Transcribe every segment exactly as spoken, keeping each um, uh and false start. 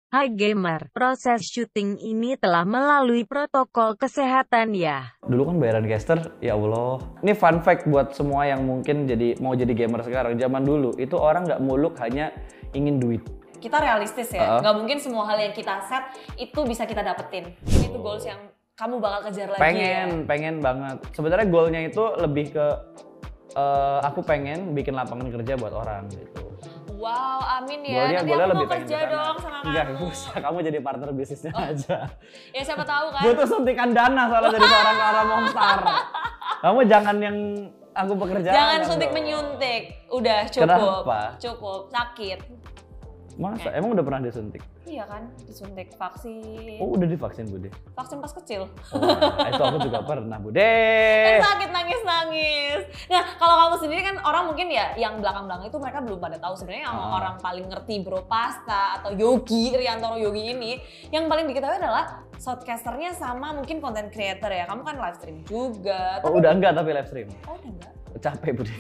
Hai gamer, proses syuting ini telah melalui protokol kesehatan ya. Dulu kan bayaran caster, ya Allah. Ini fun fact buat semua yang mungkin jadi mau jadi gamer sekarang. Zaman dulu itu orang nggak muluk hanya ingin duit. Kita realistis ya, Uh-uh. nggak mungkin semua hal yang kita set itu bisa kita dapetin. Itu goals yang kamu bakal kejar lagi. Pengen, ya? pengen banget. Sebenarnya goalnya itu lebih ke uh, aku pengen bikin lapangan kerja buat orang gitu. Wow, amin ya. Goalnya, Nanti goalnya aku lebih mau kerja pengen dong sama Enggak, kamu. Enggak, usah. Kamu jadi partner bisnisnya Oh. aja. Ya siapa tahu kan. Butuh suntikan dana soalnya jadi seorang Clara Monster. Kamu jangan yang aku pekerjaan. Jangan suntik menyuntik. Udah cukup. Kenapa? Cukup, sakit. Masa? Eh. Emang udah pernah disuntik? Iya kan, disuntik vaksin. Oh, udah divaksin, Bude? Vaksin pas kecil. Oh, nah, itu aku juga pernah, Bude. Kan sakit nangis-nangis. Nah, kalau kamu sendiri kan orang mungkin ya yang belakang-belakang itu mereka belum pada tahu sebenarnya yang Ah. orang paling ngerti Bro Pasta atau Yogi, Riantoro Yogi ini yang paling diketahui adalah shoutcasternya sama mungkin content creator ya. Kamu kan live stream juga. Oh, udah enggak tapi live stream. Oh, udah enggak? Capek, Bude.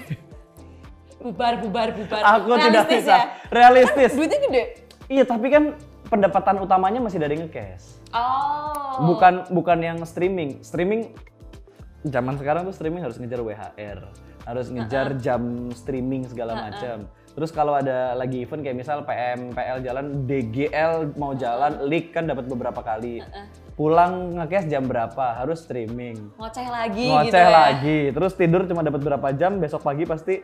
Bubar, bubar, bubar. Aku tidak Realistis bisa. ya? Realistis. Duitnya gede. Iya, tapi kan pendapatan utamanya masih dari nge-cash. Oh. Bukan bukan yang streaming. Streaming zaman sekarang tuh streaming harus ngejar W H R, harus ngejar Uh-uh. jam streaming segala Uh-uh. macam. Terus kalau ada lagi event kayak misal P M P L jalan, D G L mau jalan, leak kan dapat beberapa kali. Uh-uh. Pulang nge-cash jam berapa? Harus streaming. Ngoceh lagi Ngoceh gitu ya. lagi. Terus tidur cuma dapat berapa jam, besok pagi pasti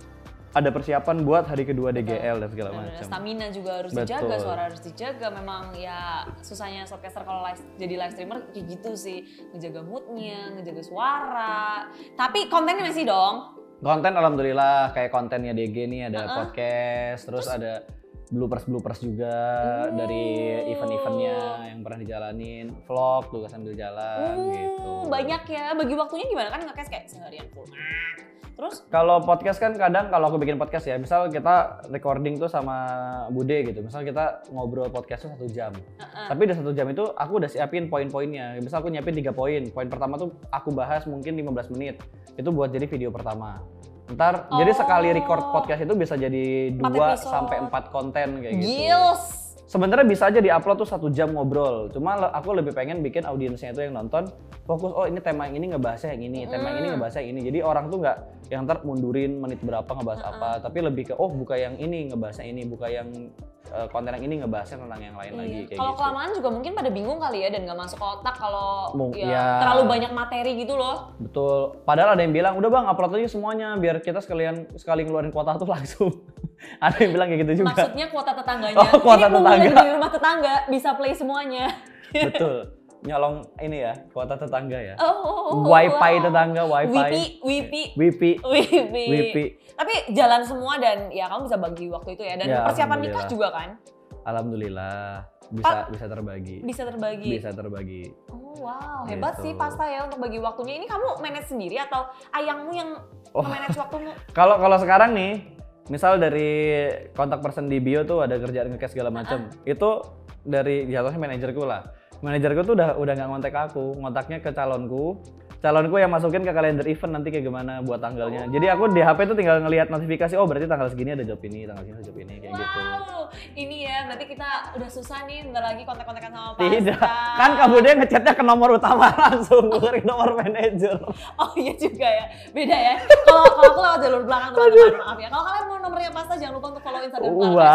ada persiapan buat hari kedua D G L dan segala Bener, macam. stamina juga harus Betul. dijaga, suara harus dijaga. Memang ya susahnya showcaster kalau live, jadi live streamer kayak gitu sih. Ngejaga moodnya, ngejaga suara. Tapi kontennya masih dong. Konten alhamdulillah kayak kontennya D G nih ada Uh-uh. podcast, terus, ada bloopers-bloopers juga Uh. dari event-eventnya yang pernah dijalanin, vlog juga sambil jalan Uh, gitu. banyak ya. Bagi waktunya gimana kan nge-cast kayak seharian full. Terus Kalau podcast kan kadang kalau aku bikin podcast ya, misal kita recording tuh sama Bude gitu, misal kita ngobrol podcast tuh satu jam. uh-uh. Tapi di satu jam itu aku udah siapin poin-poinnya. Misal aku nyiapin tiga poin. Poin pertama tuh aku bahas mungkin lima belas menit. Itu buat jadi video pertama. Ntar Oh. jadi sekali record podcast itu bisa jadi Empat dua episode. sampai empat konten kayak gitu. Gils. Sebenarnya bisa aja diupload tuh satu jam ngobrol. Cuma le- aku lebih pengen bikin audiensnya itu yang nonton fokus. Oh ini tema yang ini ngebahasnya yang ini, tema yang ini Mm. ngebahasnya yang ini. Jadi orang tuh nggak yang ntar mundurin menit berapa ngebahas Uh-uh. apa. Tapi lebih ke oh buka yang ini ngebahasnya ini, buka yang uh, konten yang ini ngebahasnya tentang yang lain lagi Iya. kayak Kalau gitu. kelamaan juga mungkin pada bingung kali ya dan nggak masuk ke otak kalau Mung- ya, ya. terlalu banyak materi gitu loh. Betul. Padahal ada yang bilang, udah bang upload aja semuanya biar kita sekalian sekali ngeluarin kuota tuh langsung. Ada yang bilang kayak gitu juga. Maksudnya kuota tetangganya. Oh, kuota Ini mumpung tetangga. lagi di rumah tetangga bisa play semuanya. Betul. Nyolong ini ya, kuota tetangga ya. Oh, Wifi wow. tetangga, wifi. Wipi, wipi, Wipi. wipi. Wipi. Tapi jalan semua dan ya kamu bisa bagi waktu itu ya. Dan Ya, persiapan nikah alhamdulillah. juga kan Alhamdulillah bisa Pa- bisa terbagi. bisa terbagi. Bisa terbagi. Oh wow, hebat Gitu. sih Pasta ya untuk bagi waktunya. Ini kamu manage sendiri atau ayangmu yang Oh. manage waktumu? Kalau kalau sekarang nih, misal dari kontak person di bio tuh ada kerjaan nge-cash segala macam. Itu dari jatuhnya manajerku lah. Manajerku tuh udah udah nggak ngontek aku, ngontaknya ke calonku. Calonku yang masukin ke kalender event nanti kayak gimana buat tanggalnya. Jadi aku di H P tuh tinggal ngelihat notifikasi, oh berarti tanggal segini ada job ini, tanggal segini ada job ini kayak gitu. Wow, ini ya berarti kita udah susah nih bentar lagi kontak-kontakan sama Pasta. Tidak, kan kamu dia ngechatnya ke nomor utama langsung, bukan ke nomor manajer. Oh iya juga ya, beda ya. Kalau kalau aku lewat jalur belakang teman-teman, maaf ya. Kalau kalian mau nomornya Pasta jangan lupa untuk follow Instagram Clara Castro.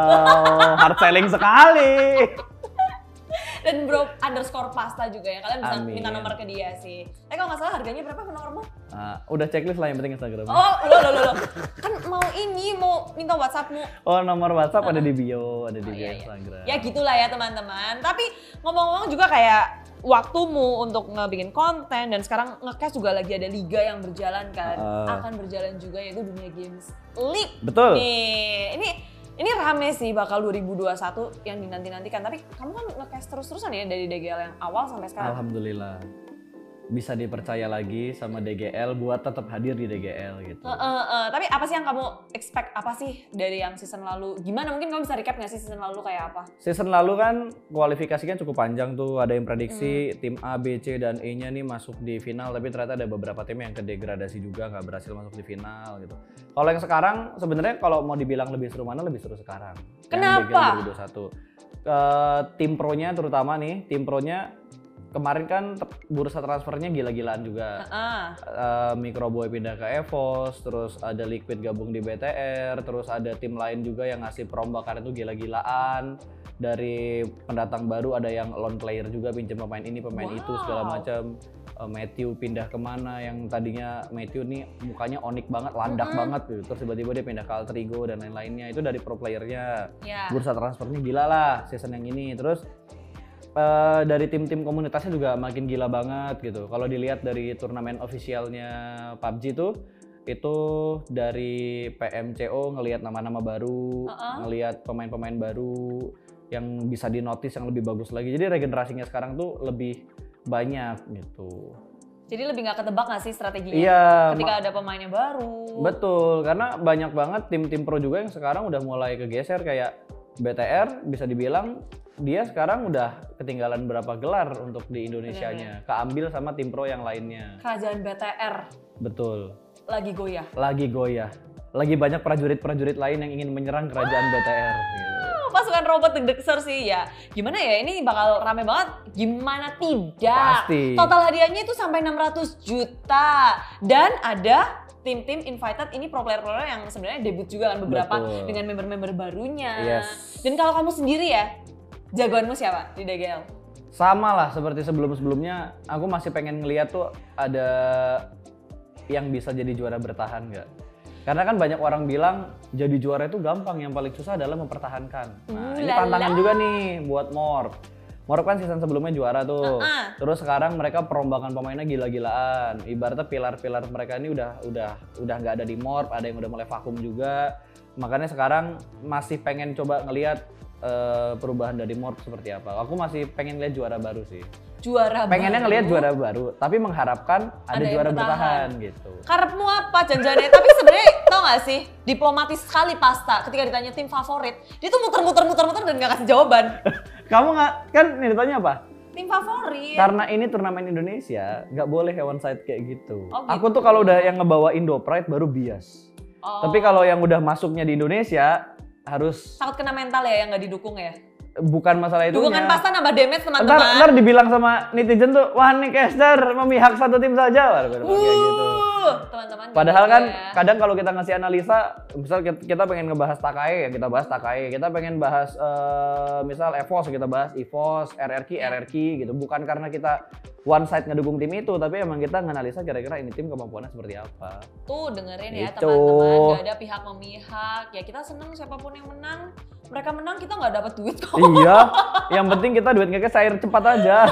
Wow, hard selling sekali. Dan bro underscore Pasta juga ya, kalian bisa Amin. minta nomor ke dia sih. Tapi kalau nggak salah harganya berapa nomormu? Nah, udah checklist lah yang penting Instagram. Oh, loh, loh, loh, loh. Kan mau ini, mau minta WhatsAppmu. Oh, nomor WhatsApp ada di bio, ada di Oh, bio iya, iya. Instagram. Ya gitulah ya teman-teman. Tapi ngomong-ngomong juga kayak waktumu untuk ngebikin konten dan sekarang nge-cast juga lagi ada liga yang berjalan kan. Uh. Akan berjalan juga yaitu Dunia Games League. Betul. Nih, ini ini rame sih bakal dua ribu dua puluh satu yang dinanti-nantikan. Tapi kamu kan nge-cast terus-terusan ya dari D G L yang awal sampai sekarang. Alhamdulillah. bisa dipercaya lagi sama D G L buat tetap hadir di D G L gitu. Uh, uh, uh. Tapi apa sih yang kamu expect, apa sih dari yang season lalu? Gimana, mungkin kamu bisa recap nggak sih season lalu kayak apa? Season lalu kan kualifikasinya cukup panjang tuh, ada yang prediksi hmm. tim A, B, C, dan E-nya nih masuk di final, tapi ternyata ada beberapa tim yang kedegradasi juga, nggak berhasil masuk di final gitu. Kalau yang sekarang sebenarnya kalau mau dibilang lebih seru mana, lebih seru sekarang. Kenapa? Yang D G L dua ribu dua puluh satu. Uh, tim pro-nya terutama nih, tim pro-nya kemarin kan bursa transfernya gila-gilaan juga. Uh-uh. Uh, Microboy pindah ke EVOS, terus ada Liquid gabung di B T R, terus ada tim lain juga yang ngasih perombakan itu gila-gilaan. Dari pendatang baru ada yang lone player juga, pinjam pemain ini, pemain wow. itu segala macam. Uh, Matthew pindah kemana, yang tadinya Matthew nih mukanya onik banget, landak mm-hmm. banget gitu. Terus tiba-tiba dia pindah ke Alterigo dan lain-lainnya. Itu dari pro playernya. Yeah. Bursa transfernya gila lah season yang ini. Terus Uh, dari tim-tim komunitasnya juga makin gila banget gitu. Kalau dilihat dari turnamen officialnya P U B G tuh, itu dari P M C O ngelihat nama-nama baru, uh-uh. ngelihat pemain-pemain baru yang bisa dinotis yang lebih bagus lagi. Jadi regenerasinya sekarang tuh lebih banyak gitu. Jadi lebih nggak ketebak nggak sih strateginya iya, ketika ada pemainnya baru? Betul, karena banyak banget tim-tim pro juga yang sekarang udah mulai kegeser, kayak B T R bisa dibilang dia sekarang udah ketinggalan berapa gelar untuk di Indonesianya, keambil sama tim pro yang lainnya. Kerajaan B T R. Betul. Lagi goyah. Lagi goyah. Lagi banyak prajurit-prajurit lain yang ingin menyerang kerajaan B T R. Gitu. Pasukan robot deg-degser sih ya. Gimana ya, ini bakal rame banget. Gimana tidak? Pasti. Total hadiahnya itu sampai enam ratus juta. Dan ada tim-tim invited, ini pro player-pro player yang sebenarnya debut juga kan beberapa. Betul. Dengan member-member barunya. Yes. Dan kalau kamu sendiri ya, jagoanmu siapa di D G L? Sama lah seperti sebelum-sebelumnya, aku masih pengen ngeliat tuh ada yang bisa jadi juara bertahan nggak? Karena kan banyak orang bilang jadi juara itu gampang, yang paling susah adalah mempertahankan. Nah, uh, ini tantangan juga nih buat Morp. Morp kan season sebelumnya juara tuh. Uh-uh. Terus sekarang mereka perombakan pemainnya gila-gilaan. Ibaratnya pilar-pilar mereka ini udah udah udah nggak ada di Morp, ada yang udah mulai vakum juga. Makanya sekarang masih pengen coba ngelihat Uh, perubahan dari Morp seperti apa. Aku masih pengen lihat juara baru sih. Juara Pengennya baru? ngelihat juara baru, tapi mengharapkan ada, ada juara bertahan gitu. Karepmu apa janjannya? Tapi sebenarnya tau gak sih, diplomatis sekali Pasta ketika ditanya tim favorit, dia tuh muter-muter-muter-muter dan gak kasih jawaban. Kamu nggak, kan ini ditanya apa? Tim favorit. Karena ini turnamen Indonesia, nggak boleh one side kayak gitu. Oh, gitu. Aku tuh kalau udah yang ngebawa Indo Pride baru bias. Oh. Tapi kalau yang udah masuknya di Indonesia harus takut kena mental ya yang nggak didukung ya? Bukan masalah itu. Dukungan Pasta nambah damage teman-teman. Ntar, ntar dibilang sama netizen tuh, wah nih caster memihak satu tim saja lah, kayak gitu. Teman-teman. Padahal kan ya, kadang kalau kita ngasih analisa, misal kita pengen ngebahas Takai ya kita bahas Takai, kita pengen bahas uh, misal EVOS kita bahas EVOS, R R Q R R Q gitu. Bukan karena kita one side ngedukung tim itu, tapi emang kita nganalisa kira-kira ini tim kemampuannya seperti apa. Tuh dengerin ya teman-teman, gak ada pihak memihak. Ya kita seneng siapapun yang menang. Mereka menang, kita nggak dapat duit kok. Iya, yang penting kita duit nggak cair cepat aja.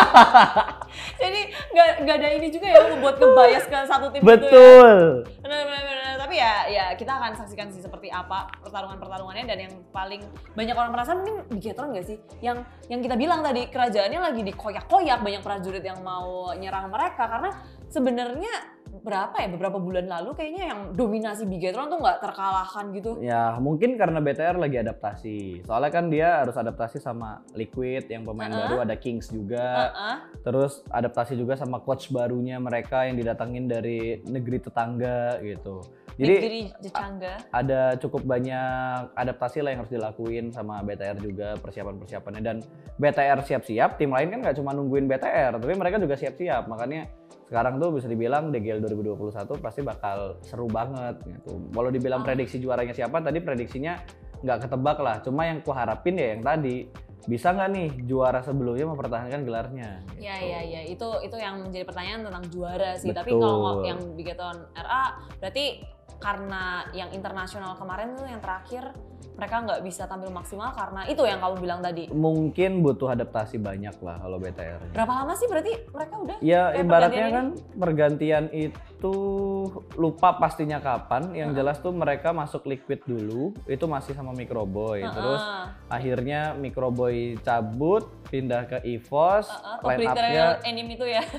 Jadi nggak nggak ada ini juga ya membuat ngebias ke satu tim. Betul. Itu ya. Benar-benar. Tapi ya ya kita akan saksikan sih seperti apa pertarungan-pertarungannya, dan yang paling banyak orang merasa mungkin Bigetron nggak sih? Yang yang kita bilang tadi, kerajaannya lagi dikoyak-koyak, banyak prajurit yang mau nyerang mereka karena sebenarnya berapa ya, beberapa bulan lalu kayaknya yang dominasi Bigetron tuh nggak terkalahkan gitu. Ya mungkin karena B T R lagi adaptasi. Soalnya kan dia harus adaptasi sama Liquid yang pemain uh-uh. baru, ada Kings juga. Uh-uh. Terus adaptasi juga sama coach barunya mereka yang didatangin dari negeri tetangga gitu. Jadi negeri tetangga. Ada cukup banyak adaptasi lah yang harus dilakuin sama B T R juga, persiapan-persiapannya. Dan B T R siap-siap, tim lain kan nggak cuma nungguin B T R, tapi mereka juga siap-siap. Makanya sekarang tuh bisa dibilang D G L dua ribu dua puluh satu pasti bakal seru banget gitu. Walau dibilang oh. prediksi juaranya siapa, tadi prediksinya nggak ketebak lah. Cuma yang kuharapin ya yang tadi, bisa nggak nih juara sebelumnya mempertahankan gelarnya? Gitu. Ya ya ya, itu itu yang menjadi pertanyaan tentang juara sih. Betul. Tapi kalau yang Bigetron R A berarti karena yang internasional kemarin tuh yang terakhir mereka nggak bisa tampil maksimal karena itu yang kamu bilang tadi. Mungkin butuh adaptasi banyak lah kalau B T R. Berapa lama sih berarti mereka udah? Ya ibaratnya kan pergantian itu lupa pastinya kapan. Yang uh-huh. jelas tuh mereka masuk Liquid dulu, itu masih sama Microboy. Uh-huh. Terus akhirnya Microboy cabut, pindah ke EVOS, Uh, uh, line berita up-nya anime itu ya.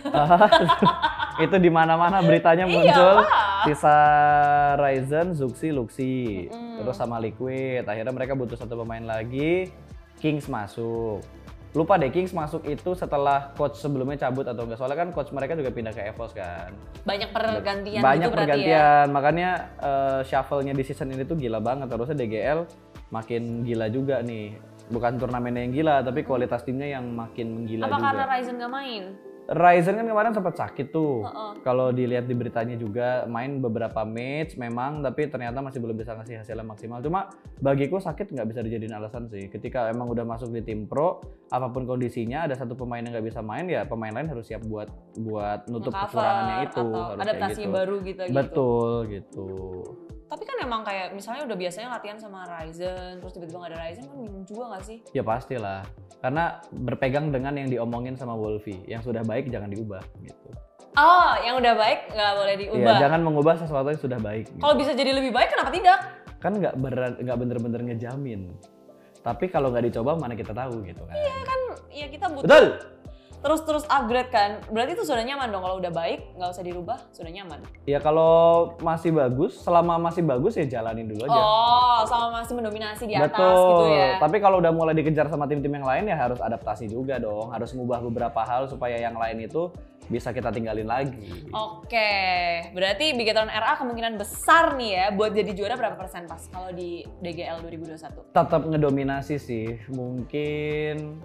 itu di mana-mana beritanya muncul. Iya. Sisa Ryzen, Zuxi, Luxi, Mm-mm. terus sama Liquid. Akhirnya mereka butuh satu pemain lagi, Kings masuk. Lupa deh, Kings masuk itu setelah coach sebelumnya cabut atau enggak, soalnya kan coach mereka juga pindah ke EVOS kan. Banyak pergantian Banyak gitu berarti ya. pergantian, makanya uh, shuffle-nya di season ini tuh gila banget. Harusnya D G L makin gila juga nih. Bukan turnamennya yang gila, tapi kualitas timnya yang makin menggila Apa juga. karena Ryzen nggak main? Ryzen kan kemarin sempat sakit tuh. Uh-uh. Kalau dilihat di beritanya juga main beberapa match memang, tapi ternyata masih belum bisa ngasih hasil yang maksimal. Cuma bagiku sakit nggak bisa dijadiin alasan sih. Ketika emang udah masuk di tim pro, apapun kondisinya ada satu pemain yang nggak bisa main, ya pemain lain harus siap buat buat nutup Nge-cover kekurangannya itu. atau Harus kayak adaptasi gitu. baru gitu. Betul gitu. Tapi kan emang kayak misalnya udah biasanya latihan sama Ryzen, terus tiba-tiba nggak ada Ryzen kan bingung juga nggak sih? Ya pastilah. Karena berpegang dengan yang diomongin sama Wolfie, yang sudah baik jangan diubah gitu. Oh, yang udah baik nggak boleh diubah. Iya, jangan mengubah sesuatu yang sudah baik. Gitu. Kalau bisa jadi lebih baik kenapa tidak? Kan nggak beran- nggak bener-bener ngejamin. Tapi kalau nggak dicoba mana kita tahu gitu kan. Iya kan, ya kita butuh Betul. terus-terus upgrade kan. Berarti itu sudah nyaman dong kalau udah baik, nggak usah dirubah, sudah nyaman. Ya kalau masih bagus, selama masih bagus ya jalanin dulu aja. Oh, sama masih mendominasi di atas Betul. gitu ya. Tapi kalau udah mulai dikejar sama tim-tim yang lain ya harus adaptasi juga dong. Harus ngubah beberapa hal supaya yang lain itu bisa kita tinggalin lagi. Oke, berarti Bigetron R A kemungkinan besar nih ya buat jadi juara berapa persen pas kalau di D G L dua ribu dua puluh satu? Tetap ngedominasi sih. Mungkin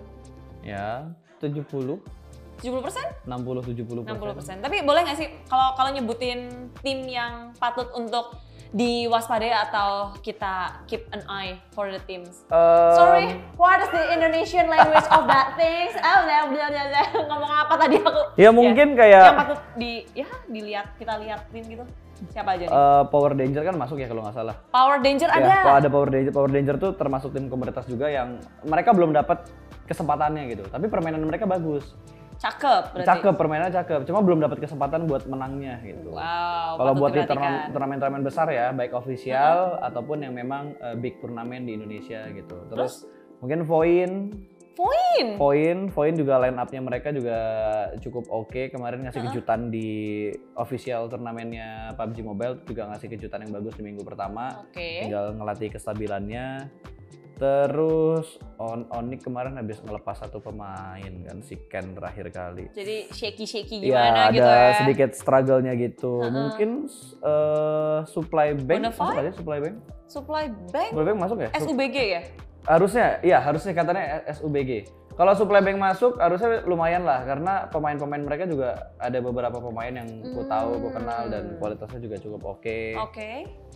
ya tujuh puluh, tujuh puluh persen? enam puluh, tujuh puluh enam puluh persen. persen. Tapi boleh nggak sih kalau kalau nyebutin tim yang patut untuk diwaspadai atau kita keep an eye for the teams? Um, Sorry, what is the Indonesian language of that things? Oh, blah, blah, blah, blah. Ngomong apa tadi aku? Ya mungkin Yang kayak patut di, ya dilihat, kita liatin gitu. Siapa aja nih? uh, Power Danger kan masuk ya kalau nggak salah. Power Danger ada. Ya, kalau ada Power Danger, Power Danger tuh termasuk tim komunitas juga yang mereka belum dapat kesempatannya gitu. Tapi permainan mereka bagus. Cakep berarti. Cakep, permainannya cakep. Cuma belum dapat kesempatan buat menangnya gitu. Wow, Kalau patut buat di diperhatikan. turnamen- turnamen-turnamen besar ya, baik ofisial ataupun yang memang uh, big turnamen di Indonesia gitu. Terus, mungkin Voin, Poin. Voin, Voin juga line up-nya mereka juga cukup oke. Kemarin ngasih kejutan di official turnamennya P U B G Mobile juga ngasih kejutan yang bagus di minggu pertama. Oke. Tinggal ngelatih kestabilannya. Terus on Onik kemarin habis ngelepas satu pemain kan, si Ken terakhir kali. Jadi shaky-shaky Ya gimana ada gitu ya. sedikit struggle-nya gitu. Uh-uh. Mungkin uh, Supply Bank Bonafide? masuk aja Supply Bank. Supply Bank, Supply Bank masuk ya? S U B G ya? Harusnya, iya harusnya katanya S U B G. Kalau Supply Bank masuk harusnya lumayan lah karena pemain-pemain mereka juga ada beberapa pemain yang ku tahu, ku kenal dan kualitasnya juga cukup oke. Oke.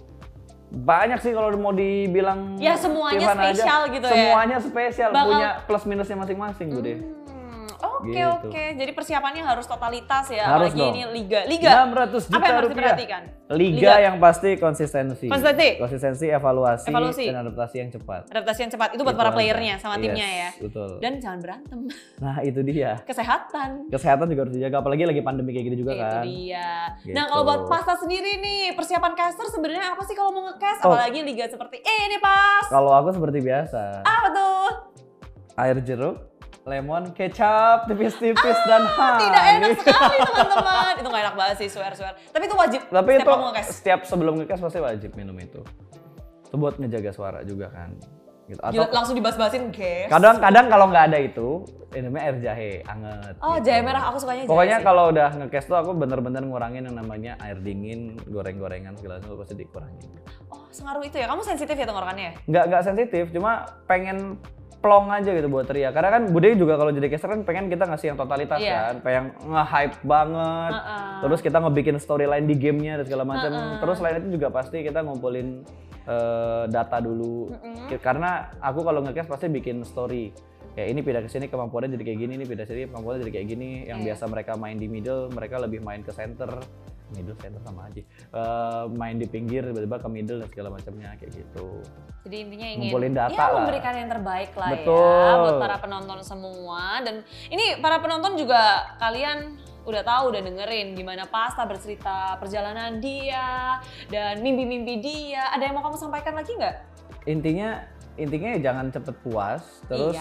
Banyak sih kalau mau dibilang Ya, semuanya tim mana spesial aja, gitu ya. semuanya spesial, Bakal- punya plus minusnya masing-masing Bude. Hmm, Oke Gitu. oke. Jadi persiapannya harus totalitas ya. Harus Apalagi dong. ini liga. Liga. enam ratus juta Apa yang harus rupiah. diperhatikan? Liga, yang pasti konsistensi. Konsistensi. Konsistensi, evaluasi, Evaluasi. dan adaptasi yang cepat. Adaptasi yang cepat itu buat Itu para aja. playernya sama Yes, timnya ya. Betul. Dan jangan berantem. Nah itu dia. Kesehatan. Kesehatan juga harus dijaga, apalagi lagi pandemi kayak gitu juga Itu kan. dia. Gitu. Nah kalau buat Pasta sendiri nih, persiapan caster sebenarnya apa sih kalau mau nge-cast? Oh. Apalagi liga seperti ini Pas. Kalau aku seperti biasa, Apa tuh? air jeruk, lemon, kecap, tipis-tipis dan Ah, honey. tidak enak sekali teman-teman. Itu gak enak banget sih, swear-swear. Tapi itu wajib Tapi setiap itu kamu nge-cast. setiap sebelum ngecast pasti wajib minum itu. Itu buat ngejaga suara juga kan. Gitu. Atau Gila, langsung dibas-basin, guys. kadang-kadang kalau nggak ada itu, minumnya air jahe anget. Oh, gitu. jahe merah. Aku sukanya jahe Pokoknya sih. kalau udah ngecast tuh aku bener-bener ngurangin yang namanya air dingin, goreng-gorengan segala macam pasti dikurangin. Oh, sengaruh itu ya? Kamu sensitif ya tenggorokannya ya? Nggak nggak sensitif, cuma pengen plong aja gitu buat Ria. Karena kan Bude juga kalau jadi caster kan pengen kita ngasih yang totalitas Iya. kan, pengen nge-hype banget. Uh-uh. Terus kita ngebikin storyline di gamenya dan segala macam. Uh-uh. Terus selain itu juga pasti kita ngumpulin eh, data dulu. Mm-mm. Karena aku kalau nge-cast pasti bikin story. Ya ini pindah ke sini kemampuannya jadi kayak gini, ini pindah sini kemampuannya jadi kayak gini. Yang Iya. biasa mereka main di middle, mereka lebih main ke center. Middle center sama aja. Eh, main di pinggir tiba-tiba ke middle dan segala macamnya kayak gitu. Jadi intinya ingin Ngumpulin data ya, lah. memberikan yang terbaik lah ya Betul. buat para penonton semua. Dan ini para penonton juga kalian udah tahu, udah dengerin gimana Pasta bercerita perjalanan dia dan mimpi-mimpi dia. Ada yang mau kamu sampaikan lagi nggak? Intinya intinya ya jangan cepet puas, terus Iya.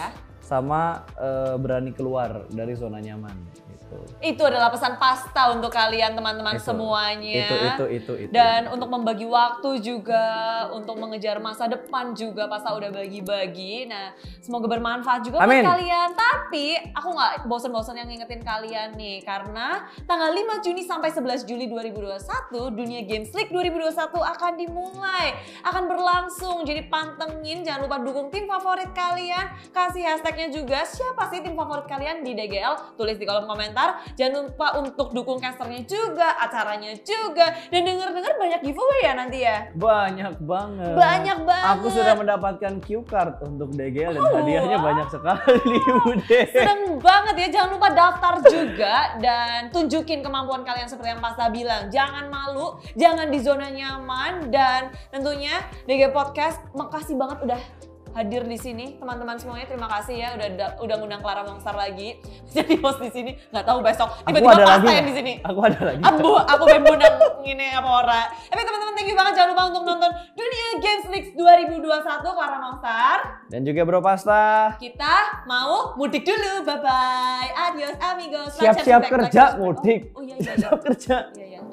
sama uh, berani keluar dari zona nyaman gitu. Itu adalah pesan Pasta untuk kalian teman-teman Itu, semuanya. Itu itu itu itu. Dan untuk membagi waktu juga, untuk mengejar masa depan juga Pasta udah bagi-bagi. Nah, semoga bermanfaat juga Amin. buat kalian. Tapi aku nggak bosen-bosen yang ngingetin kalian nih, karena tanggal lima Juni sampai sebelas Juli dua ribu dua puluh satu Dunia Games League dua ribu dua puluh satu akan dimulai, akan berlangsung. Jadi pantengin, jangan lupa dukung tim favorit kalian. Kasih hashtagnya juga, siapa sih tim favorit kalian di D G L? Tulis di kolom komentar. Jangan lupa untuk dukung casternya juga, acaranya juga, dan denger-dengar banyak giveaway ya nanti ya? Banyak banget. Banyak banget. Aku sudah mendapatkan cue card untuk D G L dan Oh, hadiahnya wow. banyak sekali, Bude. Seneng banget ya, jangan lupa daftar juga dan tunjukin kemampuan kalian seperti yang Pasta bilang. Jangan malu, jangan di zona nyaman, dan tentunya D G Podcast makasih banget udah hadir di sini, teman-teman semuanya. Terima kasih ya udah udah ngundang Clara Mongstar lagi jadi host di sini. Nggak tahu besok tiba-tiba Pasta yang di sini. Aku ada lagi. Abu, aku bembu nang ini apa ora. Tapi teman-teman thank you banget, jangan lupa untuk nonton Dunia Games League dua ribu dua puluh satu Clara Mongstar. Dan juga Bro Pasta. Kita mau mudik dulu. Bye bye. Adios amigos. Siap-siap Lancar, kerja, lancar. mudik. Oh, oh iya iya. iya. Siap kerja. Iya iya.